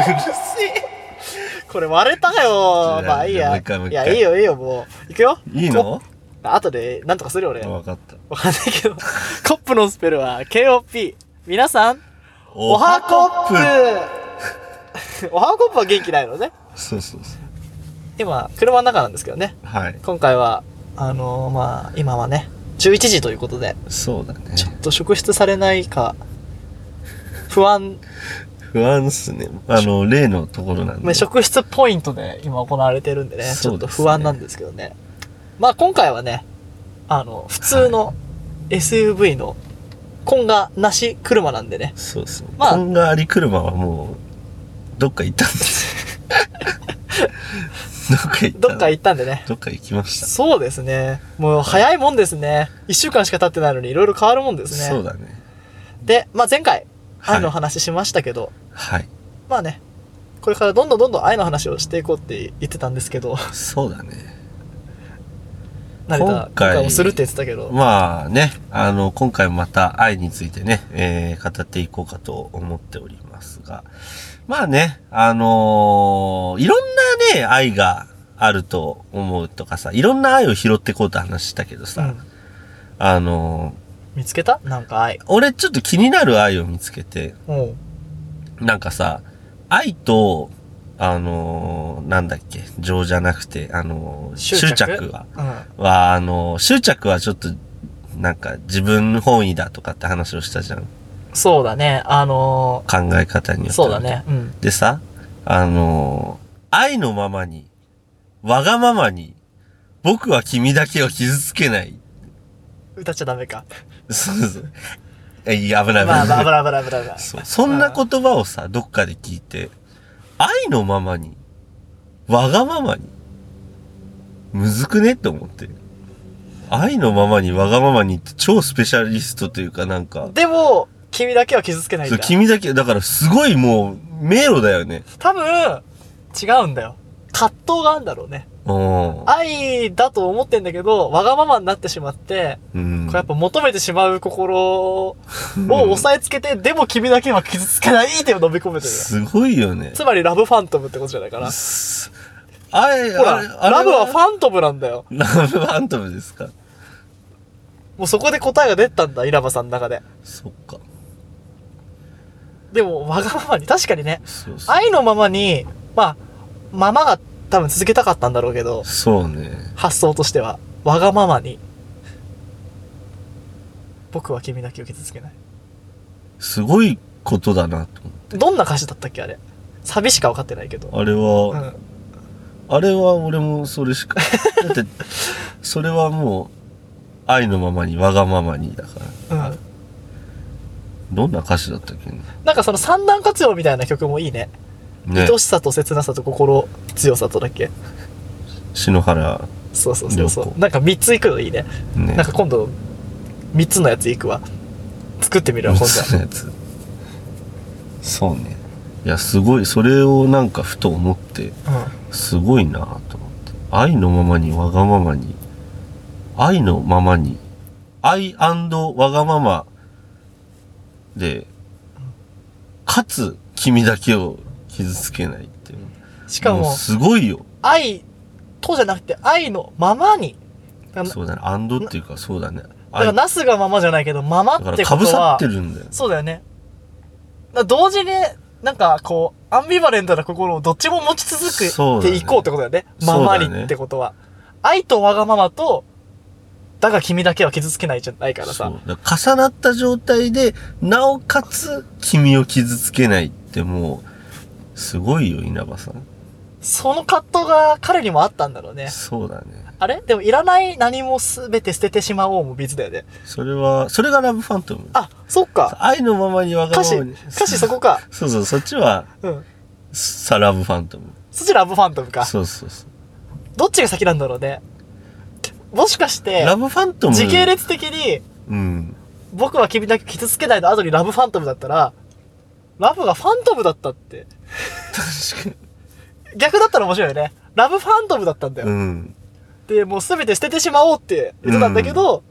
これ割れたよ。まあいいや。いや、いいよいいよ、もう。いくよ。 いいの？ 後でなんとかするよ俺。 分かった。 わかんないけど。コップのスペルは KOP。皆さん、おはコップおはコップは元気ないのね。 そうそうそう。 今、車の中なんですけどね。 はい。 今回は、まあ、今はね、11時ということで。 そうだね。 ちょっと職質されないか、不安っすね。例のところなんで。 職質ポイントで今行われてるんでね、ちょっと不安なんですけどね。まあ今回はね、普通の SUV のコンがなし車なんでね。 そうですね。 まあ、 コンがあり車はもう、どっか行ったんです。どっか行ったんでね。 どっか行きました。 そうですね。もう早いもんですね。1週間しか経ってないのにいろいろ変わるもんですね。 そうだね。 で、まあ前回、愛の話しましたけど、 はい。 まあね、これからどんどん愛の話をしていこうって言ってたんですけど。 そうだね。 今回もするって言ってたけど。 まあね、今回もまた愛についてね、語っていこうかと思っておりますが、まあね、いろんなね、愛があると思うとかさ、いろんな愛を拾っていこうと話したけどさ、 見つけた？なんか愛。 俺ちょっと気になる愛を見つけて、なんかさ、愛と、なんだっけ、情じゃなくて、執着は、執着はちょっと、なんか自分本位だとかって話をしたじゃん。 そうだね、 考え方によって。 そうだね。 でさ、愛のままに、わがままに、僕は君だけを傷つけない。 歌っちゃダメか。 そうそう。いや、危ない。 まあ、危ない。 そんな言葉をさ、どっかで聞いて、愛のままに、わがままに、むずくねって思って。愛のままにわがままにって超スペシャリストというかなんか。 でも、君だけは傷つけないんだ。 そう、君だけ、だからすごいもう、迷路だよね。 多分、違うんだよ。葛藤があるんだろうね。愛だと思ってんだけど、わがままになってしまって、これやっぱ求めてしまう心を押さえつけて、でも君だけは傷つけないっていうのを飲み込めてる。 すごいよね。 つまりラブファントムってことじゃないかな。ほら、ラブはファントムなんだよ。 ラブファントムですか。 もうそこで答えが出たんだ、稲葉さんの中で。 そっか。 でも、わがままに、確かにね、愛のままに、まあ、ママが多分続けたかったんだろうけど、 そうね。 発想としては、わがままに、僕は君だけを傷つけない。 すごいことだなと思って。 どんな歌詞だったっけあれ。サビしか分かってないけど。 あれは俺もそれしか。だって、それはもう、愛のままにわがままにだから。どんな歌詞だったっけね。 なんかその三段活用みたいな曲もいいね。愛しさと切なさと心強さとだっけ。 篠原。 そう。なんか3ついくのいいね。なんか今度、3つのやついくわ。作ってみるわ、今度。 3つのやつ。そうね。いや、すごい、それをなんかふと思って、すごいなと思って。愛のままにわがままに、愛のままに、愛&わがままで、かつ君だけを傷つけないっていう。 しかも、 すごいよ。 愛とじゃなくて愛のままに。 そうだね。アンドっていうか、そうだね。 だからナスがままじゃないけど、ままってことは。だから被さってるんだよ。 そうだよね。同時に、なんかこう、アンビバレントな心をどっちも持ち続けていこうってことだよね。ままにってことは。愛とわがままと、だが君だけは傷つけないじゃないからさ。 重なった状態で、なおかつ君を傷つけないってもう、すごいよ、稲葉さん。 その葛藤が彼にもあったんだろうね。 そうだね。 あれでもいらない何もすべて捨ててしまおうも別だよね。 それがラブファントム。 あ、そっか。 愛のままにわがままに。 歌詞そこか。 そう、そっちは、ラブファントム。 そっちラブファントムか。 そう。 どっちが先なんだろうね。もしかして、 ラブファントム。 時系列的に、僕は君だけ傷つけないの後にラブファントムだったら、ラブがファントムだったって。 確かに。 逆だったら面白いよね。ラブファントムだったんだよ。で、もうすべて捨ててしまおうって言ってたんだけど、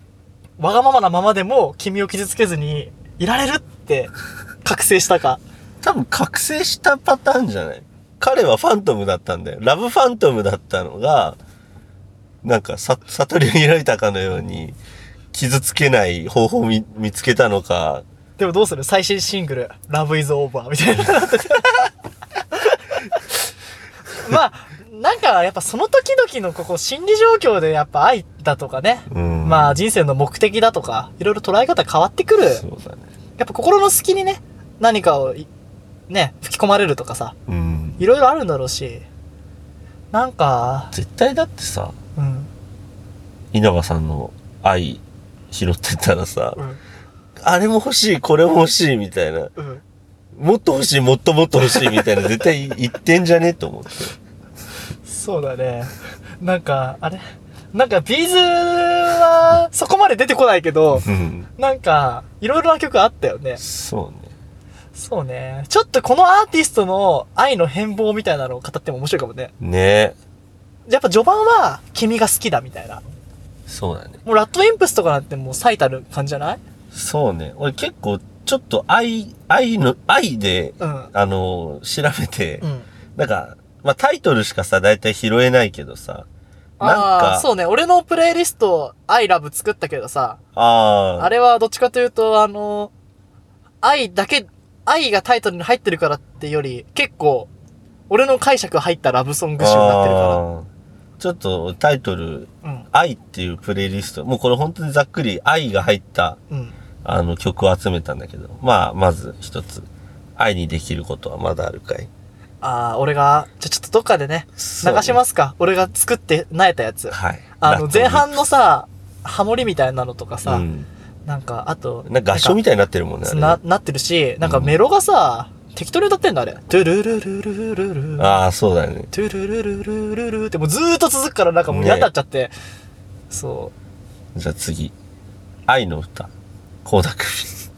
わがままなままでも君を傷つけずにいられるって覚醒したか。 多分覚醒したパターンじゃない？彼はファントムだったんだよ。ラブファントムだったのが、なんか悟りを開いたかのように、傷つけない方法を見つけたのか。 でもどうする？最新シングル、Love is Over みたいな。まあ、なんかやっぱその時々のここ心理状況でやっぱ愛だとかね。まあ人生の目的だとか、いろいろ捉え方変わってくる。 そうだね。 やっぱ心の隙にね、何かをね、吹き込まれるとかさ。いろいろあるんだろうし。なんか。 絶対だってさ、 うん。 稲葉さんの愛拾ってたらさ、あれも欲しい、これも欲しいみたいな。もっと欲しい、もっともっと欲しいみたいな、絶対言ってんじゃねと思って。 そうだね。なんか、あれなんかビーズはそこまで出てこないけど、なんか、いろいろな曲あったよね。 そうね。 そうね。ちょっとこのアーティストの愛の変貌みたいなのを語っても面白いかもね。 ね。 やっぱ序盤は君が好きだみたいな。 そうだね。 もうラッドインプスとかなんてもう最たる感じじゃない？ そうね。俺結構ちょっと愛で、調べて、なんか、まあ、タイトルしかさ、だいたい拾えないけどさ、なんか。 そうね。俺のプレイリスト、I Love 作ったけどさ、あれはどっちかというと、愛がタイトルに入ってるからってより、結構、俺の解釈入ったラブソング集になってるから。 ちょっとタイトル、愛っていうプレイリスト、もうこれ本当にざっくり愛が入った、曲を集めたんだけど、まあ、まず一つ、愛にできることはまだあるかい？ 俺が、じゃあちょっとどっかでね、流しますか。俺が作って萎えたやつ。 はい。 前半のさ、ハモリみたいなのとかさ、なんか、あと、 なんか合唱みたいになってるもんね。 なってるし、なんかメロがさ、適当に歌ってんだあれ。トゥルルルルルルル。 そうだよね。 トゥルルルルルルってもうずーっと続くからなんかもう嫌になっちゃって。そう。 じゃあ次。愛の歌。倖田來未。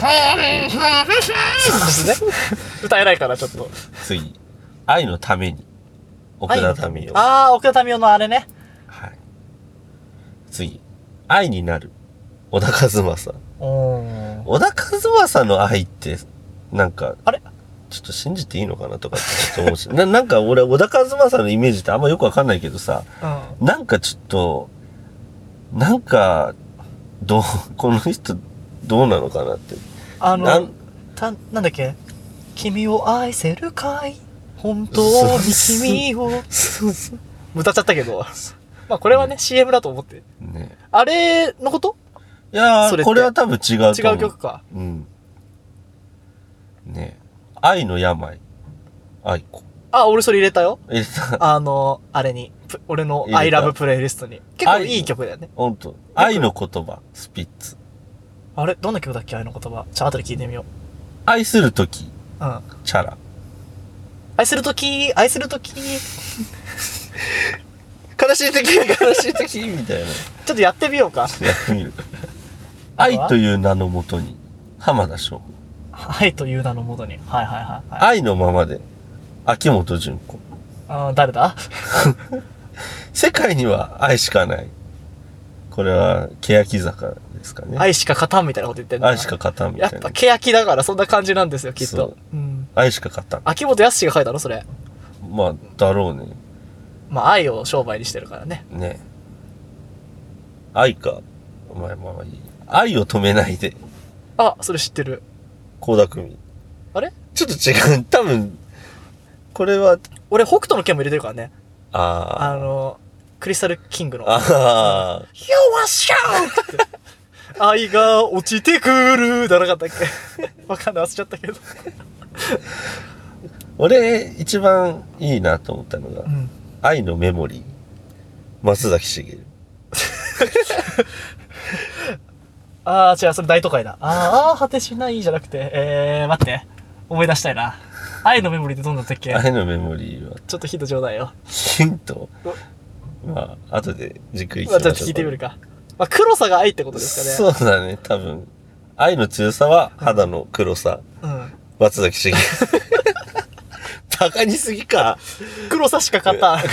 そうですね。歌えないからちょっと。 次。愛のために。奥田民生。 奥田民生のあれね。 はい。次。愛になる。小田和正。小田和正の愛って、なんか、 あれちょっと信じていいのかなとかってちょっと思うし。なんか俺、小田和正のイメージってあんまよくわかんないけどさ、なんかちょっと、なんか、この人、どうなのかなって。 なんだっけ？君を愛せるかい？本当に君を。歌っちゃったけど。まあこれはね、CM だと思って。 ね。 あれのこと？ いやー、これは多分違うと思う。 違う曲か。 ね。愛の病。愛子。 俺それ入れたよ。 入れた。 あれに。俺の I love プレイリストに。結構いい曲だよね。 ほんと。愛の言葉、スピッツ。 あれどんな曲だっけ愛の言葉。後で聞いてみよう。 愛するとき。チャラ。 愛するとき。悲しいとき、 みたいな。 ちょっとやってみようか。 やってみる。愛という名のもとに、浜田省。 愛という名のもとに。はい。 愛のままで、秋元純子。 誰だ？ 世界には愛しかない。これは、欅坂ですかね。 愛しか勝たんみたいなこと言ってんの。 愛しか勝たんみたいな。 やっぱ欅だからそんな感じなんですよ、きっと。 愛しか勝たん。 秋元康が書いたのそれ。 まあ、だろうね。 まあ、愛を商売にしてるからね。 ね。愛か。まあいい。愛を止めないで。 それ知ってる。 倖田來未。 あれ？ ちょっと違う。多分、これは。 俺、北斗の拳も入れてるからね。 あクリスタルキングの。 You are shout! って愛が落ちてくるだなかったっけ？わかんない、忘れちゃったけど。 俺、一番いいなと思ったのが、愛のメモリー。松崎しげる。 違う、それ大都会だ。果てしないじゃなくて、待って。思い出したいな。愛のメモリーってどんなだったっけ？ 愛のメモリーは。 ちょっとヒントちょうだいよ。 ヒント？まあ、後でじっくり聞きましょう。ちょっと聞いてみるか。まあ、黒さが愛ってことですかね。そうだね、多分。愛の強さは肌の黒さ。松崎しげる。バカにすぎか。 黒さしか勝たん。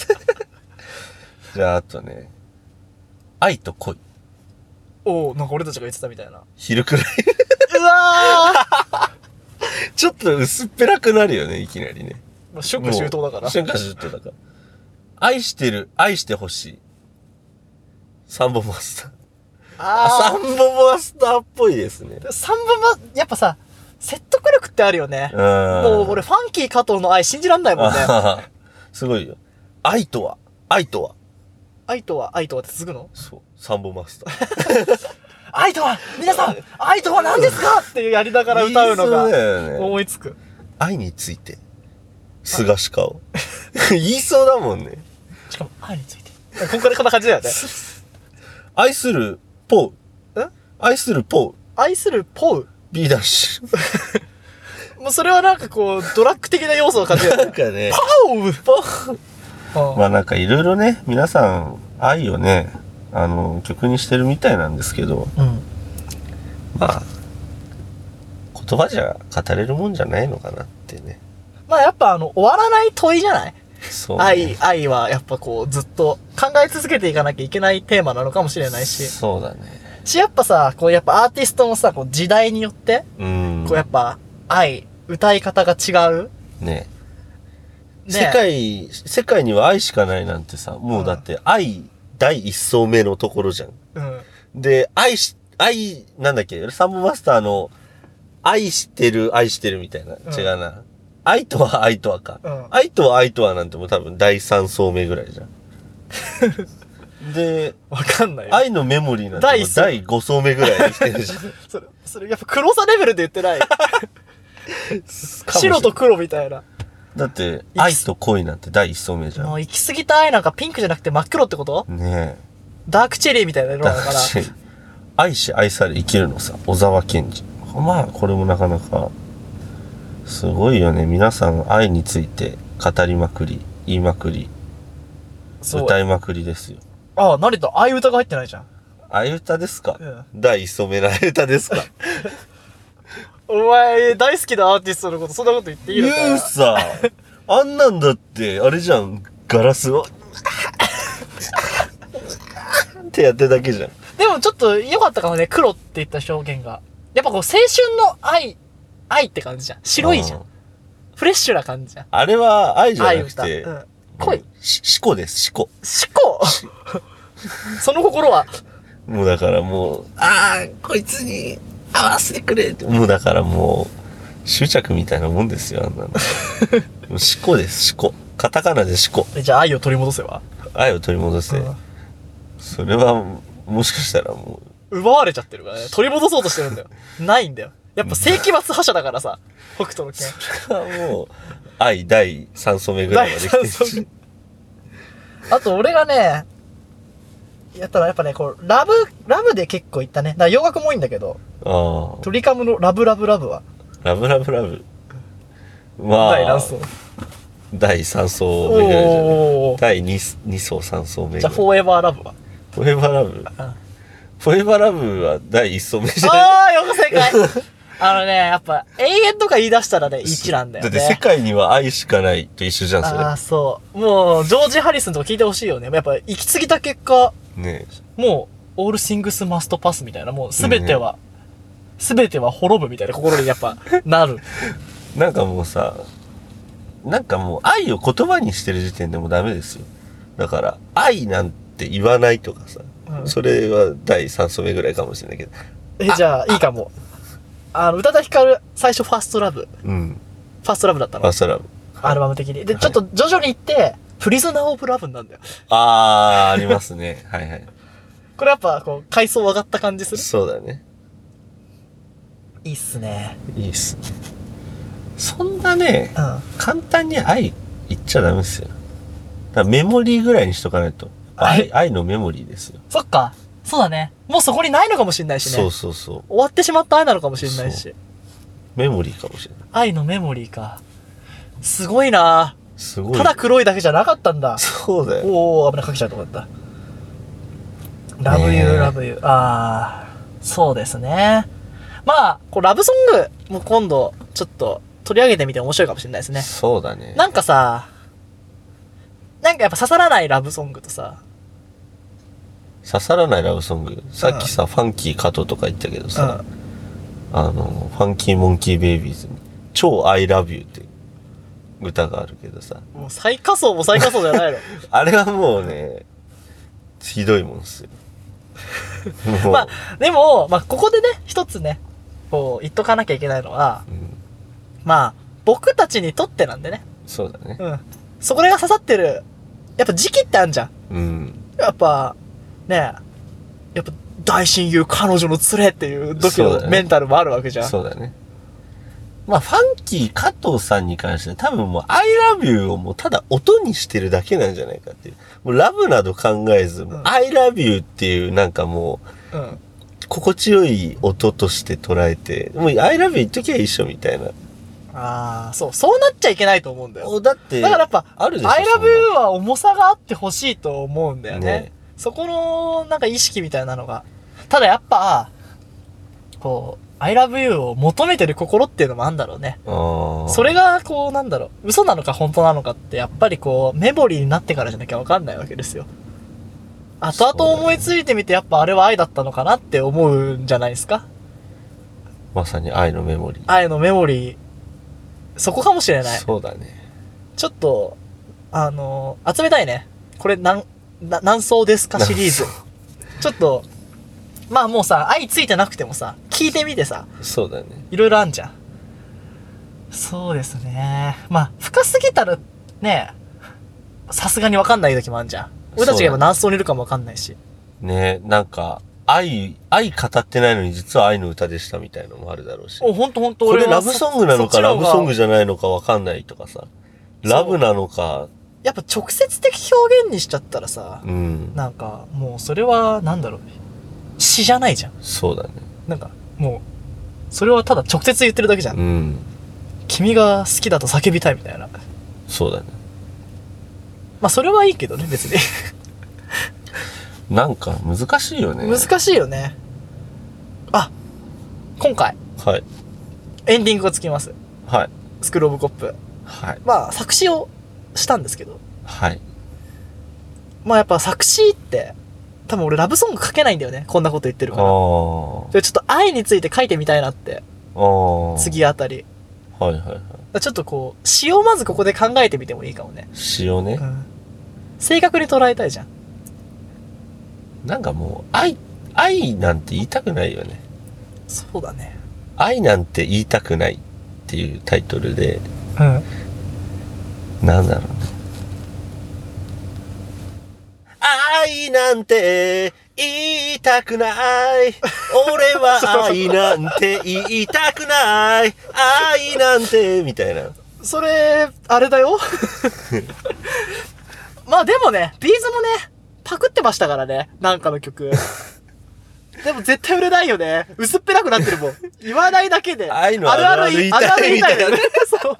じゃあ、あとね。愛と恋。 なんか俺たちが言ってたみたいな。 昼くらい。 うわちょっと薄っぺらくなるよね、いきなりね。 春夏秋冬だから。 春夏秋冬だから。愛してる、愛してほしい。サンボマスター。サンボマスターっぽいですね。 やっぱさ、説得力ってあるよね。もう俺、ファンキー加藤の愛信じらんないもんね。 すごいよ。愛とは愛とはって続くの？ そう。サンボマスター。 愛とは皆さん愛とは何ですかっていうやりながら歌うのが思いつく。 愛について。菅氏顔。言いそうだもんね。 しかも、愛について。こんな感じだよね。 愛するポウ。愛するポウ。 愛するポウ。 B ダッシュ。もうそれはなんかこう、ドラッグ的な要素を感じる。 なんかね。 ポウ。 まあなんかいろいろね、皆さん愛をね、曲にしてるみたいなんですけど、まあ、言葉じゃ語れるもんじゃないのかなってね。 まあやっぱ終わらない問いじゃない？ そうね。 愛はやっぱこうずっと考え続けていかなきゃいけないテーマなのかもしれないし。 そうだね。 やっぱさ、こうやっぱアーティストのさ、こう時代によって、こうやっぱ歌い方が違う。 ね。世界には愛しかないなんてさ、もうだって愛第一層目のところじゃん。で、なんだっけ、サンボマスターの愛してるみたいな。違うな。愛とはか。愛とはなんてもう多分第三層目ぐらいじゃん。で、 わかんない。 愛のメモリーなんてもう第5層目ぐらいにしてるじゃん。 それやっぱ黒さレベルで言ってない。白と黒みたいな。 だって、愛と恋なんて第一層目じゃん。 もう行き過ぎた愛なんかピンクじゃなくて真っ黒ってこと？ ねえ。 ダークチェリーみたいな色だから。 愛し愛され生きるのさ、小沢健二。まあ、これもなかなか、すごいよね。皆さん愛について語りまくり、言いまくり、歌いまくりですよ。 ああ、何と愛歌が入ってないじゃん。 愛歌ですか？第一層目の愛歌ですか？ お前、大好きなアーティストのこと、そんなこと言っていいのか？ 言うさ、あんなんだって、あれじゃん、ガラスを、ってやってるだけじゃん。 でもちょっと良かったかもね、黒って言った表現が。やっぱこう、青春の愛って感じじゃん。白いじゃん。フレッシュな感じじゃん。 あれは愛じゃなくて、 恋。 思考です、思考。 その心はもうだからもう、こいつに合わせてくれって。もうだからもう、執着みたいなもんですよ、あんなの。思考です、思考。カタカナで思考。 じゃあ愛を取り戻せば？ 愛を取り戻せ。それは、もしかしたらもう。奪われちゃってるからね。取り戻そうとしてるんだよ。ないんだよ。やっぱ世紀末覇者だからさ、北斗の拳。 それはもう、愛第3層目ぐらいまで来てるし。 あと俺がね、やったらやっぱね、こう、ラブで結構いったね。だから洋楽も多いんだけど、トリカムのラブはラブまあ、 第何層？ 第3層目ぐらいじゃない。第2層3層目ぐらい。 じゃあフォーエバーラブは？ フォーエバーラブは第1層目じゃない。 よく正解。やっぱ永遠とか言い出したらね、1なんだよね。 だって世界には愛しかないと一緒じゃん、それ。 そう。もう、ジョージ・ハリスンとか聞いてほしいよね。やっぱ行き過ぎた結果、 ね、 もう、オールシングスマストパスみたいな、もうすべては滅ぶみたいな心にやっぱなる。 なんかもうさ、なんかもう愛を言葉にしてる時点でもダメですよ。だから、愛なんて言わないとかさ、それは第3層目ぐらいかもしれないけど。 じゃあ、いいかも。宇多田ヒカル、最初ファーストラブ。ファーストラブだったの。 ファーストラブ。 アルバム的に。で、ちょっと徐々に行って、プリズナーオブラブなんだよ。 ありますね。はいはい。 これやっぱ、こう、階層上がった感じする？ そうだね。 いいっすね。 いいっすね。そんなね、簡単に愛言っちゃダメですよ。だからメモリーぐらいにしとかないと。愛のメモリーですよ。 そっか。そうだね。もうそこにないのかもしれないしね。 そう。終わってしまった愛なのかもしれないし。 メモリーかもしれない。 愛のメモリーか。すごいな。 すごい。 ただ黒いだけじゃなかったんだ。 そうだよ。 危ない、かけちゃうとこだった。ラブユー。そうですね。まあ、ラブソングも今度、ちょっと取り上げてみて面白いかもしれないですね。 そうだね。 なんかさ、やっぱ刺さらないラブソングとさ、 刺さらないラブソング。さっきさ、ファンキー加藤とか言ったけどさ、ファンキーモンキーベイビーズに、 超 I love you って歌があるけどさ。 もう最下層も最下層じゃないの。 あれはもうね、ひどいもんですよ。 まあ、でも、まあ、ここでね、一つね、こう、言っとかなきゃいけないのは、まあ、僕たちにとってなんでね。 そうだね。 そこが刺さってる、やっぱ時期ってあるじゃん。やっぱ、ね、やっぱ大親友彼女の連れっていう時のメンタルもあるわけじゃん。 そうだね。まあ、ファンキー加藤さんに関しては多分もう I love you をもうただ音にしてるだけなんじゃないかっていう。もうラブなど考えず、I love you っていうなんかもう、心地よい音として捉えて、もう I love you 言っときゃ一緒みたいな。 ああ、そうなっちゃいけないと思うんだよ。 だからやっぱ、 あるでしょ I love you は重さがあってほしいと思うんだよね。そこの、なんか意識みたいなのが。ただやっぱ、こう、I love you を求めてる心っていうのもあるんだろうね。それが、こう、なんだろう、嘘なのか本当なのかって、やっぱりこう、メモリーになってからじゃなきゃわかんないわけですよ。後々思いついてみて、やっぱあれは愛だったのかなって思うんじゃないですか。 まさに愛のメモリー。 愛のメモリー。そこかもしれない。 そうだね。 ちょっと、集めたいね。これ、何層ですかシリーズ。ちょっと、まあもうさ、愛ついてなくてもさ、聞いてみてさ。 そうだね。 いろいろあんじゃん。そうですね。まあ、深すぎたら、ね、さすがにわかんない時もあんじゃん。俺たちが今何層にいるかもわかんないし。 ね、なんか、愛語ってないのに実は愛の歌でしたみたいのもあるだろうし。 ほんとこれラブソングなのかラブソングじゃないのかわかんないとかさ。ラブなのか。 やっぱ直接的表現にしちゃったらさ、なんかもうそれはなんだろう。詩じゃないじゃん。 そうだね。 なんかもう、それはただ直接言ってるだけじゃん。君が好きだと叫びたいみたいな。 そうだね。 まあそれはいいけどね、別に。 なんか難しいよね。 難しいよね。あ、今回。 はい。 エンディングがつきます。 はい。 スクールオブコップ。 はい。 まあ作詞をしたんですけど。 はい。 まあやっぱ作詞って、多分俺ラブソング書けないんだよね。こんなこと言ってるから。でちょっと愛について書いてみたいなって。次あたり。 はいはいはい。 ちょっとこう、詩をまずここで考えてみてもいいかもね。 詩をね。 正確に捉えたいじゃん。 なんかもう、愛なんて言いたくないよね。 そうだね。 愛なんて言いたくないっていうタイトルで、なんだろうね。愛なんて言いたくない。俺は愛なんて言いたくない。愛なんて、みたいな。 それ、あれだよ。まあでもね、ビーズもね、パクってましたからね。なんかの曲。でも絶対売れないよね。薄っぺらくなってるもん。言わないだけで。 愛のあるある言いたいみたいなね。 そう。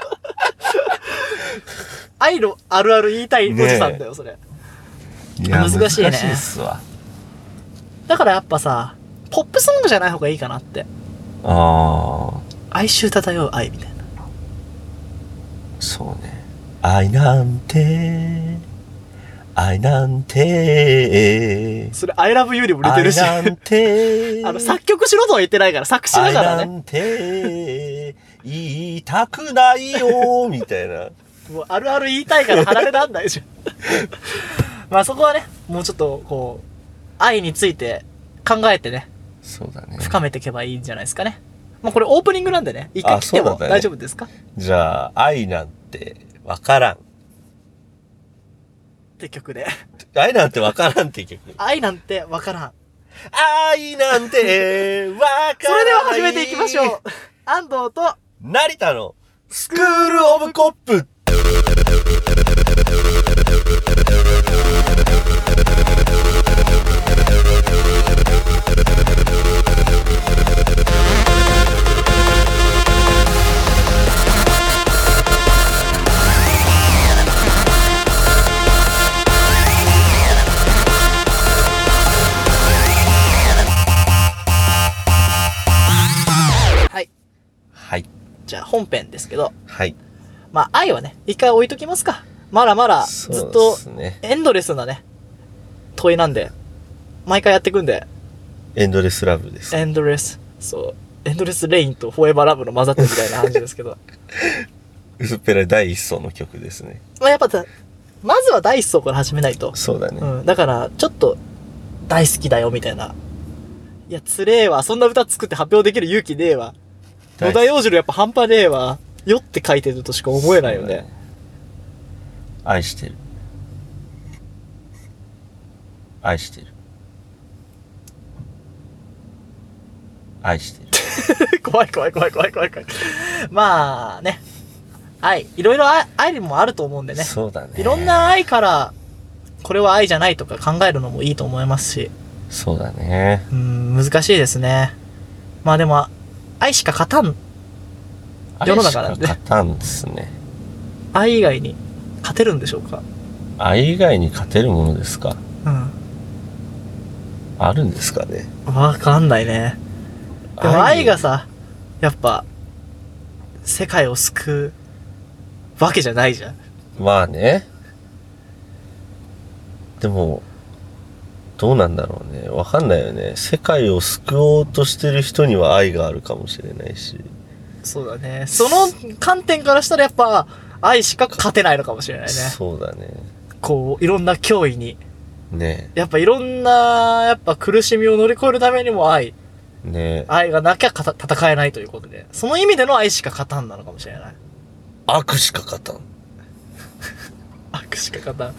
愛のあるある言いたいおじさんだよ、それ。 いや、 難しいね。 難しいっすわ。 だからやっぱさ、ポップソングじゃない方がいいかなって。哀愁漂う愛みたいな。 そうね。愛なんて、愛なんて。 それ、I love you でも売れてるし。 愛なんて。 作曲しろとは言ってないから、作詞だからね。 愛なんて、言いたくないよ、みたいな。 もう、あるある言いたいから離れらんないじゃん。まあそこはね、もうちょっと、こう、愛について考えてね。 そうだね。 深めていけばいいんじゃないですかね。まあこれオープニングなんでね、一回切っても大丈夫ですか？ じゃあ、愛なんてわからん。 って曲で。 愛なんてわからんって曲。 愛なんてわからん。 愛なんてわからん。 それでは始めていきましょう。安藤と成田のスクールオブコップ。はい。 じゃあ本編ですけど。 はい。 まあ愛はね、一回置いときますか。まだまだずっとエンドレスなね、問いなんで、毎回やっていくんで。 エンドレスラブです。 エンドレス。そう。 エンドレスレインとフォーエバーラブの混ざってるみたいな感じですけど。 薄っぺらい第一層の曲ですね。 まあやっぱまずは第一層から始めないと。 そうだね。 うん。だから、ちょっと、大好きだよ、みたいな。いや、つれえわ。そんな歌作って発表できる勇気ねえわ。野田洋次郎やっぱ半端ねえわ。よって書いてるとしか思えないよね。 愛してる。愛してる。愛してる。 怖い。まあね。愛。いろいろ愛もあると思うんでね。 そうだね。 いろんな愛から、これは愛じゃないとか考えるのもいいと思いますし。 そうだね。 難しいですね。まあでも、愛しか勝たん。世の中なんで。 愛しか勝たんですね。 愛以外に勝てるんでしょうか？ 愛以外に勝てるものですか？ うん。 あるんですかね？ わかんないね。でも愛がさ、やっぱ、世界を救うわけじゃないじゃん。 まあね。でも、どうなんだろうね。わかんないよね。世界を救おうとしてる人には愛があるかもしれないし。 そうだね。その観点からしたらやっぱ、愛しか勝てないのかもしれないね。 そうだね。 こう、いろんな脅威に。 ねやっぱいろんな、やっぱ苦しみを乗り越えるためにも愛。 ね愛がなきゃ戦えないということで。その意味での愛しか勝たんなのかもしれない。 悪しか勝たん。 悪しか勝たん。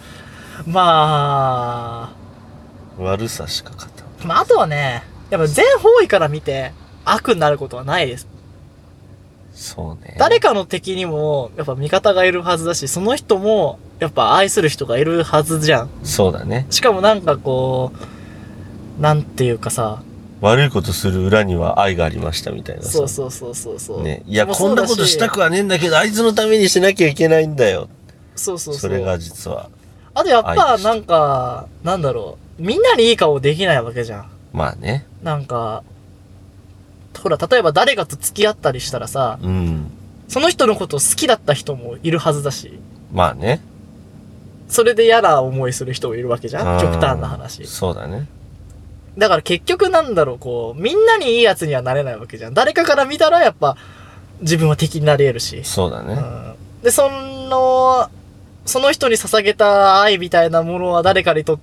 ま悪さしか勝たん。 あ、あとはね、やっぱ全方位から見て悪になることはないです。 そうね。 誰かの敵にもやっぱ味方がいるはずだし、その人もやっぱ愛する人がいるはずじゃん。 そうだね。 しかもなんかこう、なんていうかさ、 悪いことする裏には愛がありましたみたいなさ。 そう。 ね。いや、こんなことしたくはねえんだけど、あいつのためにしなきゃいけないんだよ。 そう。 それが実は。 あとやっぱなんか、なんだろう。みんなにいい顔できないわけじゃん。 まあね。 なんか、ほら、例えば誰かと付き合ったりしたらさ、 うん。 その人のことを好きだった人もいるはずだし、 まあね。 それで嫌な思いする人もいるわけじゃん。極端な話。 そうだね。 だから結局なんだろう、こう、みんなにいいやつにはなれないわけじゃん。誰かから見たらやっぱ、自分は敵になり得るし。 そうだね。 で、その人に捧げた愛みたいなものは誰かにとって、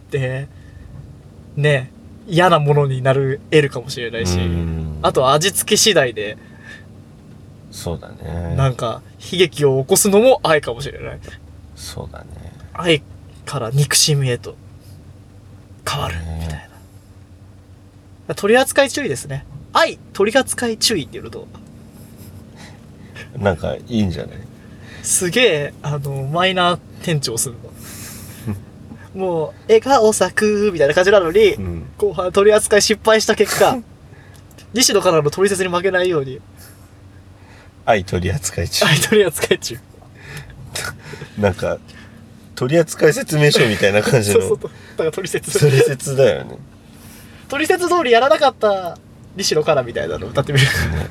ね、嫌なものに得るかもしれないし、あとは味付け次第で、 そうだね。 なんか、悲劇を起こすのも愛かもしれない。 そうだね。 愛から憎しみへと変わるみたいな。取り扱い注意ですね。愛、取り扱い注意って言うと。 なんかいいんじゃない？ すげえ、マイナー店長するの。もう、笑顔咲くみたいな感じなのに、後半取り扱い失敗した結果、西野からの取説に負けないように。 愛取り扱い中。 愛取り扱い中。 なんか、取扱説明書みたいな感じの。 そう。だから取説。 取説だよね。 取説通りやらなかった西野からみたいなのを歌ってみる。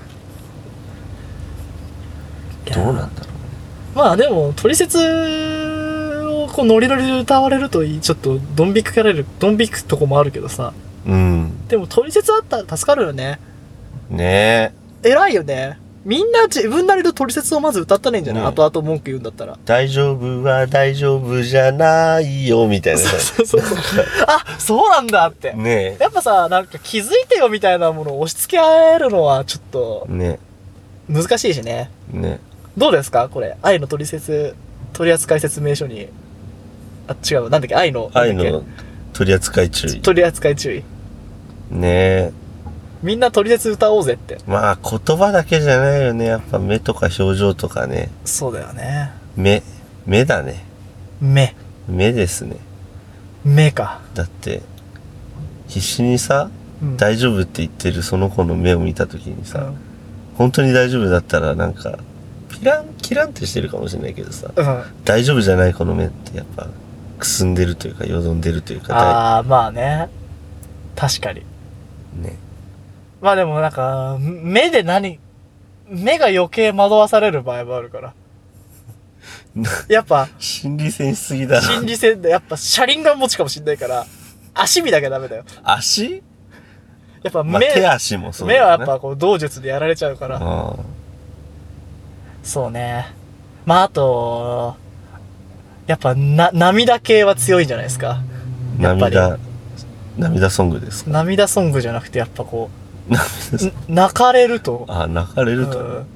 どうなんだろうね。 まあでも、取説をこうノリノリで歌われるとちょっとドン引くとこもあるけどさ。でも取説あったら助かるよね。 ねえ。偉いよね。みんな自分なりの取説をまず歌ったらいいんじゃない？後々文句言うんだったら。 大丈夫は大丈夫じゃないよ、みたいな。 そう。あ、そうなんだって。 ねえ。 やっぱさ、なんか気づいてよみたいなものを押し付け合えるのはちょっと、 ね。 難しいしね。 ね。 どうですかこれ。愛の取扱説明書に。あ、違う。なんだっけ愛の取扱注意。 取扱注意。 ねえ。 みんな取説歌おうぜって。 まあ言葉だけじゃないよね。やっぱ目とか表情とかね。 そうだよね。 目だね。目ですね。 目か。 だって、必死にさ、大丈夫って言ってるその子の目を見たときにさ、本当に大丈夫だったらなんか、キランってしてるかもしれないけどさ、大丈夫じゃない子の目ってやっぱ、くすんでるというか、よどんでるというか。 ああ、まあね。確かに。 ね。 まあでもなんか、目が余計惑わされる場合もあるから。やっぱ、 心理戦しすぎだな。 心理戦で、やっぱ車輪が持ちかもしんないから、足見なきゃダメだよ。 足やっぱ手足もそうだ目よね。 はやっぱこう道術でやられちゃうから。そうね。まああと、やっぱ涙系は強いんじゃないですか。やっぱり涙ソングですか？ 涙ソングじゃなくてやっぱこう泣かれると。 泣かれると、ね、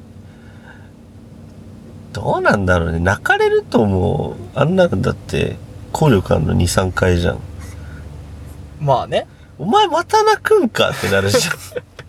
どうなんだろうね。泣かれるともうあんなのだって効力あるの 2,3 回じゃん。 まあね。 お前また泣くんかってなるじゃん。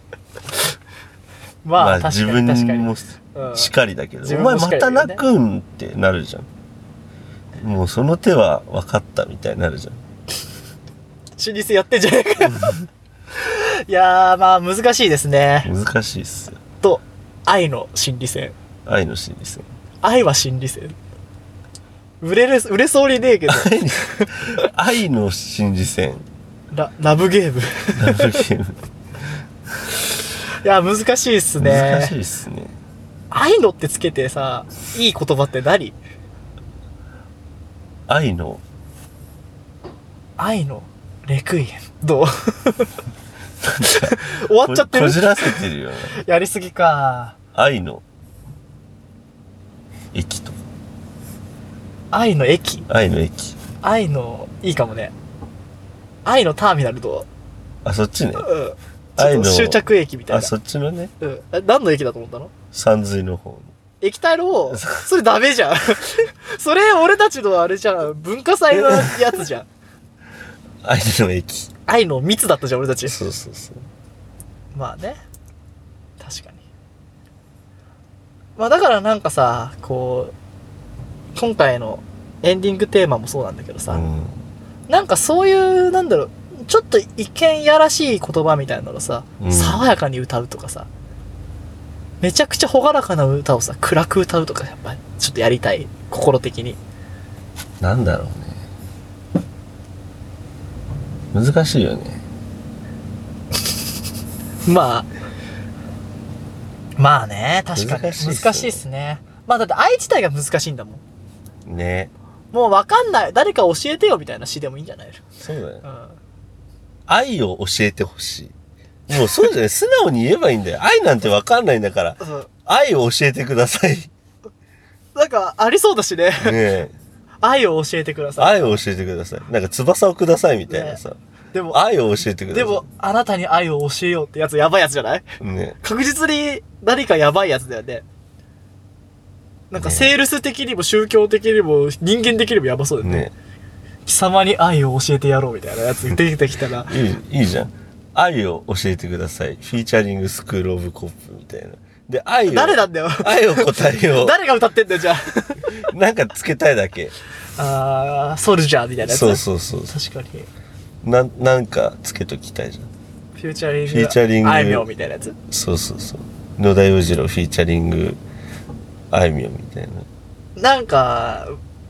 まあ自分もしかりだけど、お前また泣くんってなるじゃん。もうその手は分かったみたいになるじゃん。 心理戦やってんじゃないか。いやー、まあ難しいですね。 難しいっす。 と、愛の心理戦。 愛の心理戦。 愛は心理戦。売れそうにねえけど。 愛の心理戦。 ラブゲーム。 ラブゲーム。 いや、難しいっすね。 難しいっすね。 愛のってつけてさ、いい言葉って何？ 愛のレクイエム。どう？終わっちゃってる？ こじらせてるよね。 やりすぎか。 愛の駅とか。 愛の駅。愛の、いいかもね。愛のターミナルと。 そっちね。 愛の終着駅みたいな。 そっちのね。 何の駅だと思ったの？ 山水の方の。 液体の方？それダメじゃん。それ俺たちのあれじゃん。文化祭のやつじゃん。 愛の駅。 愛の密だったじゃん、俺たち。 そう。 まあね。確かに。まあだからなんかさ、こう、今回のエンディングテーマもそうなんだけどさ、なんかそういう、なんだろう、ちょっと一見やらしい言葉みたいなのさ、爽やかに歌うとかさ、めちゃくちゃ朗らかな歌をさ、暗く歌うとか、やっぱりちょっとやりたい。心的に。 なんだろうね。難しいよね。まあね、確かに。難しいっすね。まあだって愛自体が難しいんだもん。 ね。 もうわかんない。誰か教えてよみたいな詩でもいいんじゃないの？ そうだよ。愛を教えてほしい。もうそうじゃない。素直に言えばいいんだよ。愛なんてわかんないんだから。愛を教えてください。 なんか、ありそうだしね。 ね愛を教えてください。 愛を教えてください。なんか翼をくださいみたいなさ。でも、愛を教えてください。 でも、あなたに愛を教えようってやつやばいやつじゃない？ ね。 確実に何かやばいやつだよね。なんかセールス的にも宗教的にも人間的にもやばそうだよね。貴様に愛を教えてやろうみたいなやつ出てきたら。 いいじゃん。愛を教えてください。フィーチャリングスクールオブコップみたいな。で、 誰なんだよ。 愛を答えよう。 誰が歌ってんだよ、じゃあ。 なんかつけたいだけ。 ソルジャーみたいなやつ。 そう。 確かに。 なんかつけときたいじゃん。 フューチャリング。あいみょんみたいなやつ。 そう。野田洋次郎フィーチャリング、あいみょんみたいな。 なんか、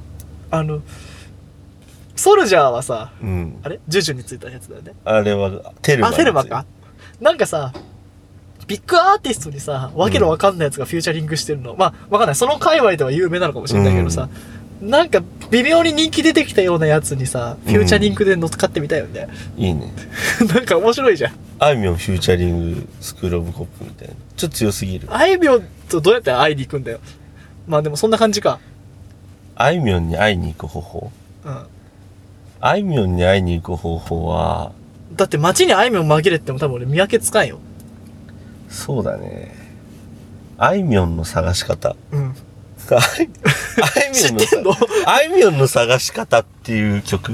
ソルジャーはさ、あれジュジュについたやつだよね。 あれは、テルマ。 テルマか。なんかさ、ビッグアーティストにさ、わけのわかんないやつがフューチャリングしてるの。まあ、わかんない。その界隈では有名なのかもしれないけどさ、なんか微妙に人気出てきたようなやつにさ、フューチャリングで乗っかってみたいよね。 いいね。 なんか面白いじゃん。 あいみょんフューチャリングスクールオブコップみたいな。ちょっと強すぎる。 あいみょんとどうやって会いに行くんだよ。まあでもそんな感じか。 あいみょんに会いに行く方法？あいみょんに会いに行く方法は、 だって街にあいみょん紛れても多分俺見分けつかんよ。 そうだね。あいみょんの探し方。 知ってんの？ あいみょんの探し方っていう曲。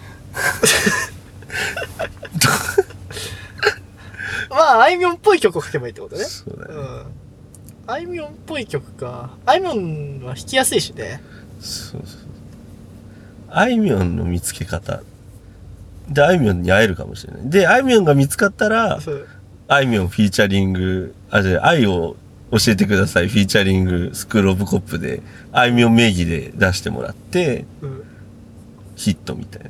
まああいみょんっぽい曲を書けばいいってことね。 そうだね。 あいみょんっぽい曲か。あいみょんは弾きやすいしね。 そう。あいみょんの見つけ方。で、あいみょんに会えるかもしれない。で、あいみょんが見つかったら、あいみょんフィーチャリング、愛を教えてください。フィーチャリングスクールオブコップで、あいみょん名義で出してもらって、ヒットみたいな。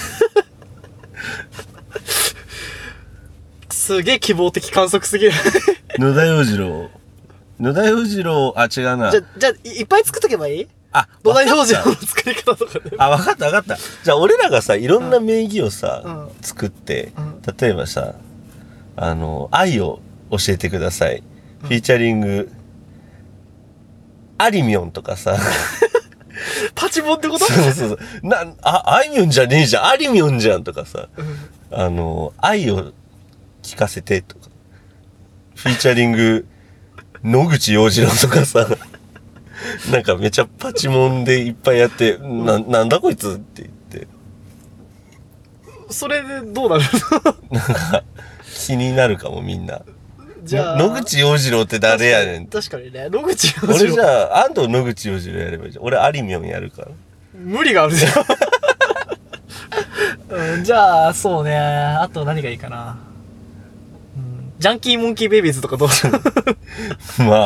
すげえ希望的観測すぎる。 野田洋次郎、違うな。 じゃあ、いっぱい作っとけばいい？野田洋次郎の作り方とかで。 わかった。じゃあ、俺らがさ、いろんな名義をさ、作って、例えばさ、 愛を教えてください。フィーチャリング、ありみょんとかさ。 パチモンってこと？ そうそうそう。あいみょんじゃねえじゃん。ありみょんじゃんとかさ。愛を聞かせてとか。フィーチャリング、野口洋次郎とかさ。なんかめちゃパチモンでいっぱいやって、なんだこいつって言って。 それでどうなるの？なんか、気になるかもみんな。 じゃあ野口洋次郎って誰やねん。 確かにね、野口洋次郎。 俺じゃあ、安藤野口洋次郎やればいいじゃん。俺、ありみょんやるから。 無理があるじゃん。じゃあ、そうね。あと何がいいかな。ジャンキーモンキーベイビーズとかどうする？ まあ。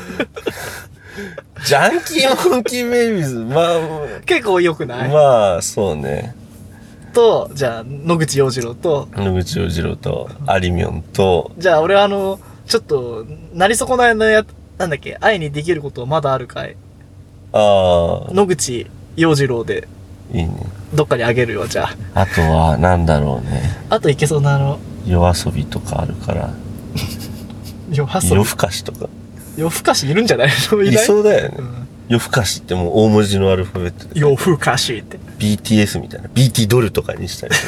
ジャンキーモンキーベイビーズ、まあ。 結構良くない？ まあ、そうね。 と、じゃあ、野口洋次郎と、 ありみょんと、 じゃあ、俺はちょっと、なり損ないのなんだっけ、愛にできることまだあるかい？野口洋次郎で、 いいね。 どっかにあげるよ、じゃあ。 あとは、なんだろうね。 あといけそうな夜遊びとかあるから。夜更かしとか。 夜更かしいるんじゃないの？ いそうだよね。夜更かしってもう大文字のアルファベットで。 夜更かしって。 BTS みたいな。BT ドルとかにしたり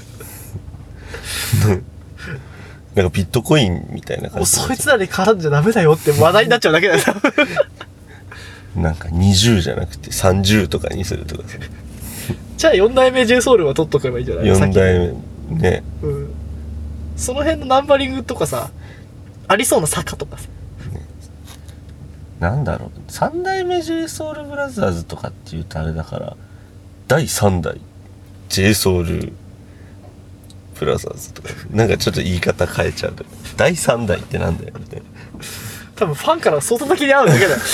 なんかビットコインみたいな感じ。 そいつらに絡んじゃダメだよって話題になっちゃうだけだよ。 なんか20じゃなくて30とかにするとかさ。 じゃあ4代目 JSOUL は取っとけばいいんじゃない？ 4代目ね。 その辺のナンバリングとかさ、ありそうな坂とかさ。 なんだろう。3代目 JSOULBROTHERS とかって言うとあれだから、第3代 JSOULBROTHERS とか、なんかちょっと言い方変えちゃう。第3代ってなんだよみたいな。 多分ファンから外だけに合うだけだよ。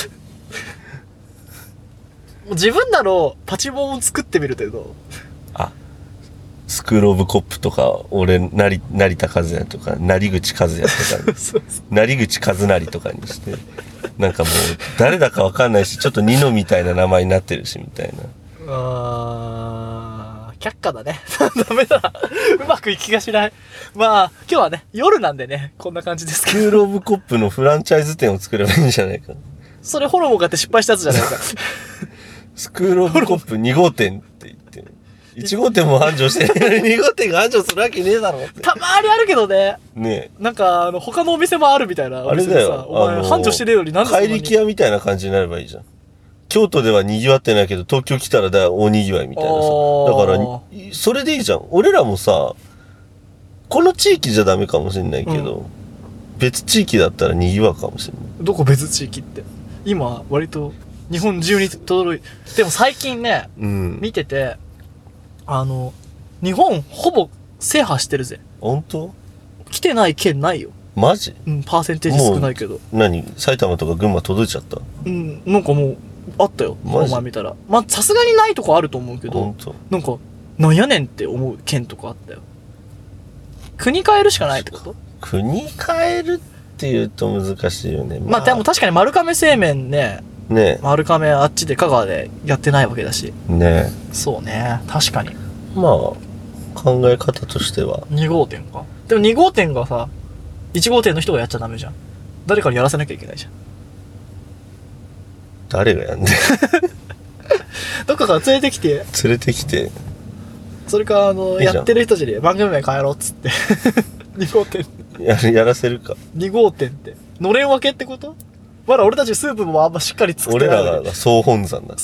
もう自分らのパチモンを作ってみるけど。 スクールオブコップとか、俺、成田和也とか、成口和也とか、成口和成とかにして、なんかもう、誰だかわかんないし、ちょっとニノみたいな名前になってるし、みたいな。 却下だね。ダメだ。うまくいく気がしない。まあ、今日はね、夜なんでね、こんな感じですけど。 スクールオブコップのフランチャイズ店を作ればいいんじゃないか。 それホルモンがって失敗したやつじゃないか。 スクールオブコップ2号店って言って。1号店も繁盛してないのに2号店が繁盛するわけねえだろって。 たまーにあるけどね。 ねえ。 なんか、他のお店もあるみたいな。 あれだよ。 お前繁盛してねえのになんでそんなに。 怪力屋みたいな感じになればいいじゃん。京都では賑わってないけど、東京来たら大賑わいみたいなさ。だから、それでいいじゃん。俺らもさ、この地域じゃダメかもしれないけど、別地域だったら賑わうかもしれない。 どこ別地域って。今、割と、日本中に届いて、でも最近ね、見てて、日本ほぼ制覇してるぜ。 本当？ 来てない県ないよ。 マジ？ パーセンテージ少ないけど。 埼玉とか群馬届いちゃった？ なんかもう、あったよ。お前見たら。まあ、さすがにないとこあると思うけど、なんか、なんやねんって思う県とかあったよ。国変えるしかないってこと？ 国変えるって言うと難しいよね。 まあ、でも確かに丸亀製麺ね、丸亀あっちで香川でやってないわけだし。 ね。 そうね。確かに。 まあ、考え方としては。 2号店か。でも2号店がさ、1号店の人がやっちゃダメじゃん。誰かにやらせなきゃいけないじゃん。 誰がやんねん。 どっかから連れてきて。それか、やってる人たちに番組名変えろっつって。2号店。 やらせるか。 2号店って。のれん分けってこと？まだ俺たちスープもあんましっかり作ってない。 俺らが総本山だ。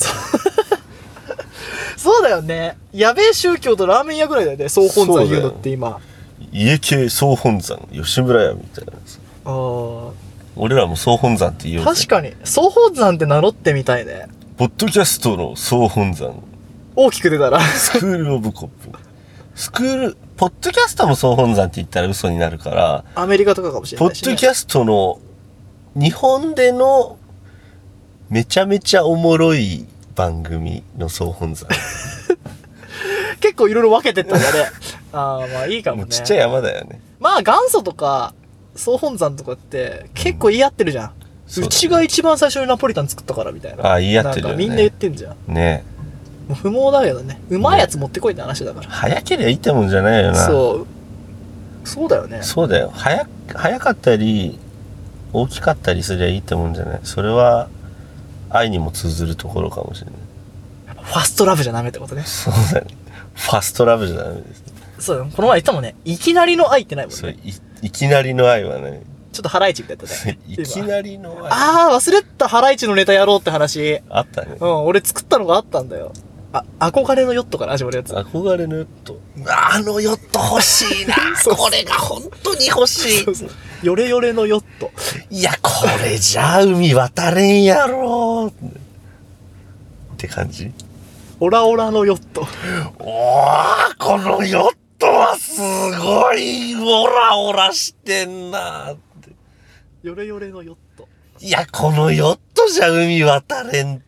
そうだよね。やべえ宗教とラーメン屋ぐらいだよね。総本山言うのって今。 家系総本山、吉村屋みたいな。俺らも総本山って言おう。 確かに。総本山って名乗ってみたいね。 ポッドキャストの総本山。 大きく出たら。 スクールオブコップ。ポッドキャストの総本山って言ったら嘘になるから。 アメリカとかかもしれないし、ね。 ポッドキャストの日本でのめちゃめちゃおもろい番組の総本山。 結構いろいろ分けてったんだね。まあいいかもね。 もうちっちゃい山だよね。 まあ元祖とか総本山とかって結構言い合ってるじゃん。うちが一番最初にナポリタン作ったからみたいな。 言い合ってるよね。 なんかみんな言ってんじゃん。 ねもう不毛だけどね。うまいやつ持ってこいって話だから。 早ければいいってもんじゃないよな。 そう。 そうだよね。 そうだよ。早かったり大きかったりすりゃいいってもんじゃない。それは愛にも通ずるところかもしれない。 やっぱファストラブじゃダメってことね。 そうだね。ファストラブじゃダメです。 そうだよ。この前言ったもんね。いきなりの愛ってないもんね。 そう、いきなりの愛はね。 ちょっとハライチみたいだったね。 いきなりの愛。 あー、忘れた。ハライチのネタやろうって話。 あったね。 うん、俺作ったのがあったんだよ。憧れのヨットから始まるやつ。 憧れのヨット。あのヨット欲しいな。これが本当に欲しい。 そうそう。ヨレヨレのヨット。 いや、これじゃあ海渡れんやろって感じ。 オラオラのヨット。 おー、このヨットはすごいオラオラしてんなって。 ヨレヨレのヨット。 いや、このヨットじゃ海渡れんって。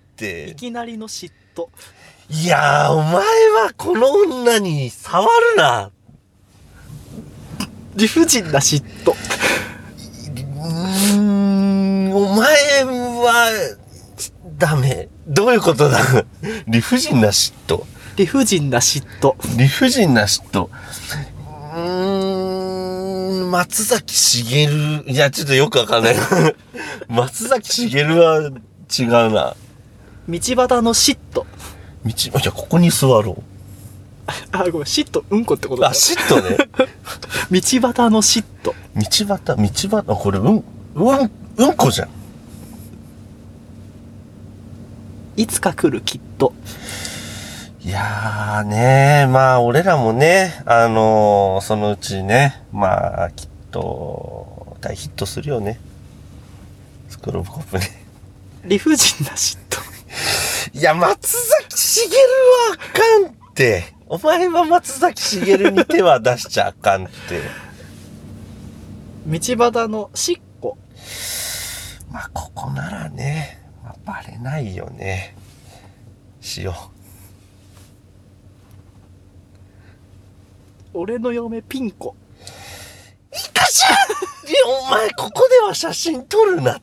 いきなりの嫉妬。 いやー、お前はこの女に触るな。 理不尽な嫉妬。 お前は、ダメ。どういうことだ。理不尽な嫉妬。 理不尽な嫉妬。 理不尽な嫉妬。松崎しげる。いや、ちょっとよくわかんない。松崎しげるは違うな。 道端の嫉妬。 じゃあここに座ろう。 ごめん、嫉妬、うんこってことだ。 嫉妬ね。 道端の嫉妬。 道端、これうんこじゃん。 いつか来るきっと。 いやーねー、まあ俺らもね、そのうちね、まあきっと大ヒットするよね。スクローブコップね。 理不尽な嫉妬。 いや、松崎しげるはあかんって。お前は松崎しげるに手は出しちゃあかんって。 道端のしっこ。 まあ、ここならね、まあ、バレないよね。しよう。俺の嫁ピンコ。 いかしゃお前、ここでは写真撮るなって。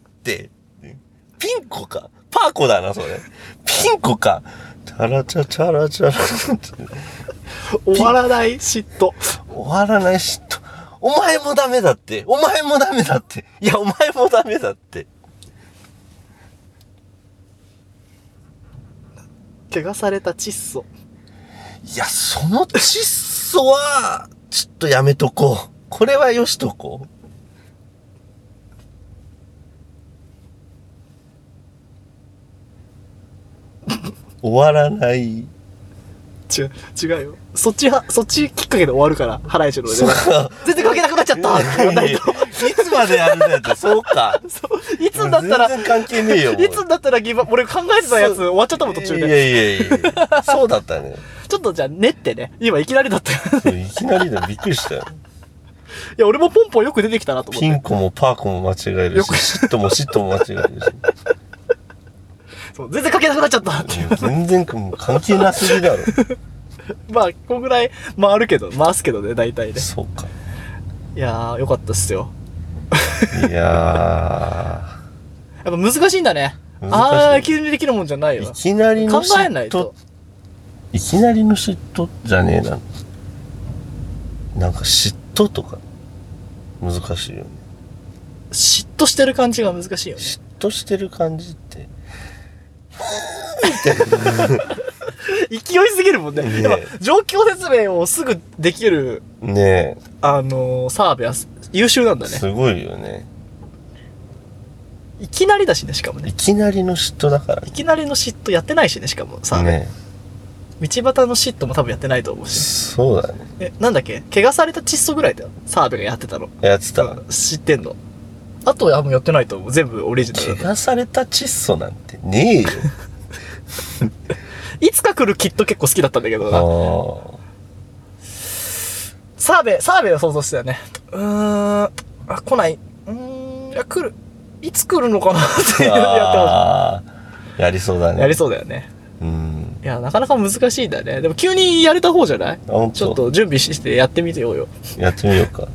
ピンコか。パーコだな、それ。ピンコか。チャラチャチャラチャラ。 終わらない嫉妬。 終わらない嫉妬。お前もダメだって。お前もダメだって。いや、お前もダメだって。 怪我された窒素。 いや、その窒素は、ちょっとやめとこう。これはよしとこう。終わらない。 違うよ。そっちきっかけで終わるから、ハライチので。全然関係なくなっちゃったって言わないと。 いつまでやるんだよって、そうか。 そう。いつになったら、 全然関係ねえよ。 いつになったら俺考えてたやつ終わっちゃったもん、途中で。 いや。そうだったね。 ちょっとじゃあ、練ってね。今いきなりだったよ。 いきなりだ、びっくりしたよ。 いや、俺もポンポンよく出てきたなと思って。 ピンコもパーコも間違えるし、嫉妬も間違えるし。 そう、全然関係なくなっちゃったっていう。 全然関係なすぎだろ。 まあ、こんぐらい回すけどね、大体ね。 そうか。 いやー、よかったっすよ。 いやー。 やっぱ難しいんだね。いきなりできるもんじゃないよ。 いきなりの考えないと。 いきなりの嫉妬じゃねえな。なんか嫉妬とか、難しいよね。 嫉妬してる感じが難しいよね。 嫉妬してる感じって。 勢いすぎるもんね。やっぱ状況説明をすぐできる、 ねえ。 澤部は優秀なんだね。 すごいよね。 いきなりだしね、しかもね。 いきなりの嫉妬だからね。 いきなりの嫉妬やってないしね、しかも澤部。 ね道端の嫉妬も多分やってないと思うし。 そうだね。 なんだっけ怪我された窒素ぐらいだよ。澤部がやってたの。 やってた。 知ってんの。あとはもうやってないと思う。全部オリジナルだと。 怪我された窒素なんてねえよ。 いつか来るきっと結構好きだったんだけどな。澤部を想像してたよね。来ない。いや、来る。いつ来るのかなってやってました。やりそうだね。 やりそうだよね。いや、なかなか難しいんだね。でも急にやれた方じゃない？ちょっと準備してやってみてようよ。 やってみようか。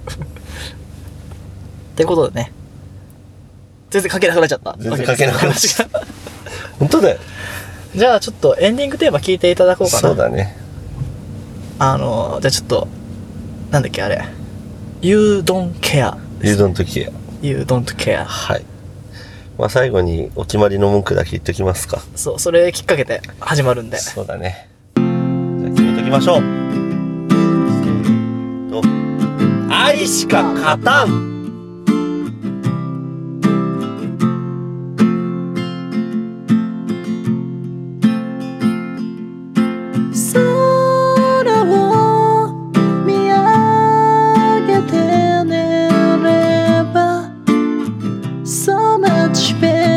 ってことでね。全然関係なくなっちゃった。 全然関係なくなっちゃった。本当だよ。 じゃあちょっとエンディングテーマ聞いていただこうかな。 そうだね。 じゃあちょっと、なんだっけあれ。 You don't care。 You don't care。 You don't care。 はい。まあ最後にお決まりの文句だけ言っときますか。 そう、それきっかけで始まるんで。 そうだね。じゃあ決めときましょう。愛しか勝たん。 空を見上げて寝れば So much better